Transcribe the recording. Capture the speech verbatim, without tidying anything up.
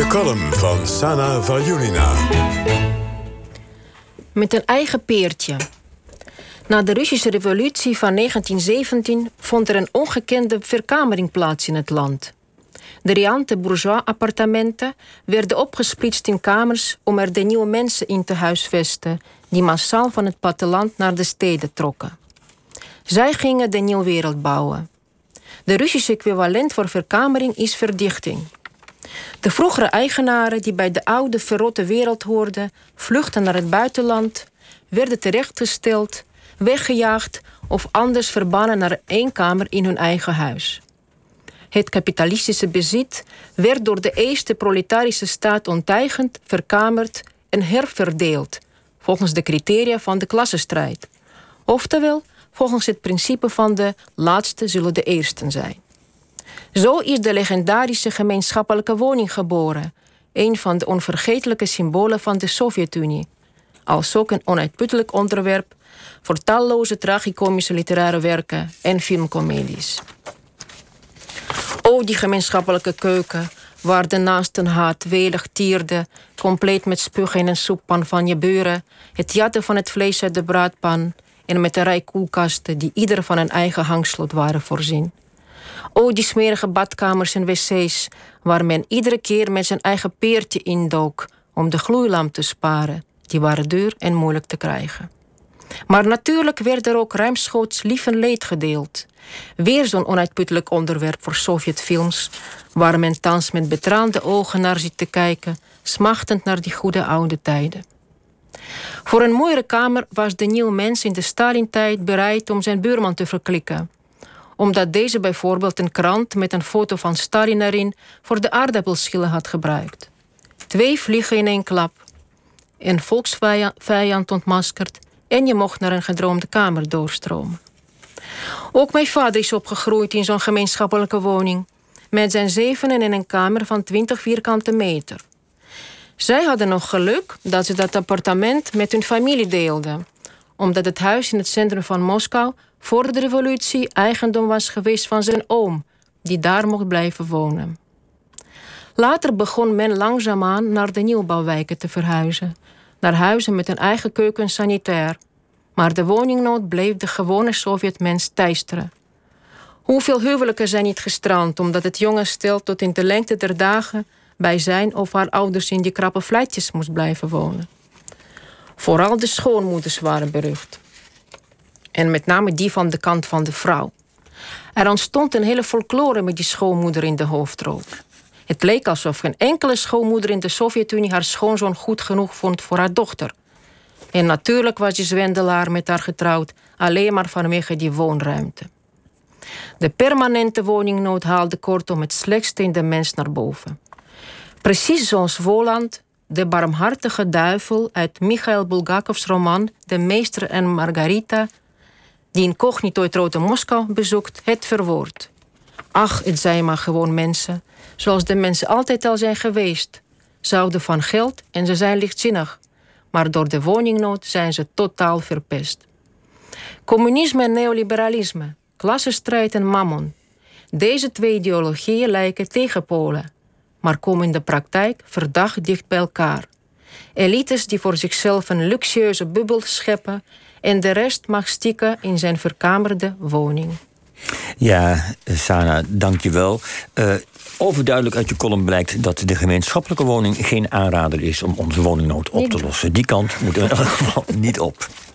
column van Sana Valjulina. Met een eigen peertje. Na de Russische revolutie van negentien zeventien vond er een ongekende verkamering plaats in het land. De riante bourgeois-appartementen werden opgesplitst in kamers om er de nieuwe mensen in te huisvesten die massaal van het platteland naar de steden trokken. Zij gingen de nieuwe wereld bouwen. De Russische equivalent voor verkamering is verdichting. De vroegere eigenaren die bij de oude verrotte wereld hoorden, vluchtten naar het buitenland, werden terechtgesteld, weggejaagd of anders verbannen naar één kamer in hun eigen huis. Het kapitalistische bezit werd door de eerste proletarische staat onteigend, verkamerd en herverdeeld, volgens de criteria van de klassenstrijd. Oftewel, volgens het principe van de laatste zullen de eersten zijn. Zo is de legendarische gemeenschappelijke woning geboren, een van de onvergetelijke symbolen van de Sovjet-Unie. Als ook een onuitputtelijk onderwerp voor talloze tragicomische literaire werken en filmcomedies. O, die gemeenschappelijke keuken, waar de naastenhaat welig tierde, compleet met spuug in een soeppan van je buren, het jatten van het vlees uit de braadpan en met een rij koelkasten die ieder van een eigen hangslot waren voorzien. O, die smerige badkamers en wc's, waar men iedere keer met zijn eigen peertje indook om de gloeilamp te sparen. Die waren duur en moeilijk te krijgen. Maar natuurlijk werd er ook ruimschoots lief en leed gedeeld. Weer zo'n onuitputtelijk onderwerp voor Sovjetfilms, waar men thans met betraande ogen naar zit te kijken, smachtend naar die goede oude tijden. Voor een mooiere kamer was de nieuwe mens in de Stalin-tijd bereid om zijn buurman te verklikken, omdat deze bijvoorbeeld een krant met een foto van Stalin erin voor de aardappelschillen had gebruikt. Twee vliegen in één klap. Een volksvijand ontmaskerd en je mocht naar een gedroomde kamer doorstromen. Ook mijn vader is opgegroeid in zo'n gemeenschappelijke woning, met zijn zevenen in een kamer van twintig vierkante meter. Zij hadden nog geluk dat ze dat appartement met hun familie deelden, omdat het huis in het centrum van Moskou voor de revolutie eigendom was geweest van zijn oom, die daar mocht blijven wonen. Later begon men langzaamaan naar de nieuwbouwwijken te verhuizen, naar huizen met een eigen keuken sanitair. Maar de woningnood bleef de gewone Sovjetmens teisteren. Hoeveel huwelijken zijn niet gestrand omdat het jonge stel tot in de lengte der dagen bij zijn of haar ouders in die krappe flatjes moest blijven wonen. Vooral de schoonmoeders waren berucht. En met name die van de kant van de vrouw. Er ontstond een hele folklore met die schoonmoeder in de hoofdrol. Het leek alsof geen enkele schoonmoeder in de Sovjet-Unie haar schoonzoon goed genoeg vond voor haar dochter. En natuurlijk was die zwendelaar met haar getrouwd, alleen maar vanwege die woonruimte. De permanente woningnood haalde kortom het slechtste in de mens naar boven. Precies zoals Woland, de barmhartige duivel uit Michail Bulgakovs roman De Meester en Margarita, die incognito het Rode Moskou bezoekt, het verwoord. Ach, het zijn maar gewoon mensen, zoals de mensen altijd al zijn geweest. Ze houden van geld en ze zijn lichtzinnig, maar door de woningnood zijn ze totaal verpest. Communisme en neoliberalisme, klassenstrijd en mammon. Deze twee ideologieën lijken tegenpolen, maar komen in de praktijk verdacht dicht bij elkaar. Elites die voor zichzelf een luxueuze bubbel scheppen en de rest mag stikken in zijn verkamerde woning. Ja, Sana, dank je wel. Uh, overduidelijk uit je column blijkt dat de gemeenschappelijke woning geen aanrader is om onze woningnood op te lossen. Die kant moeten we in elk geval niet op.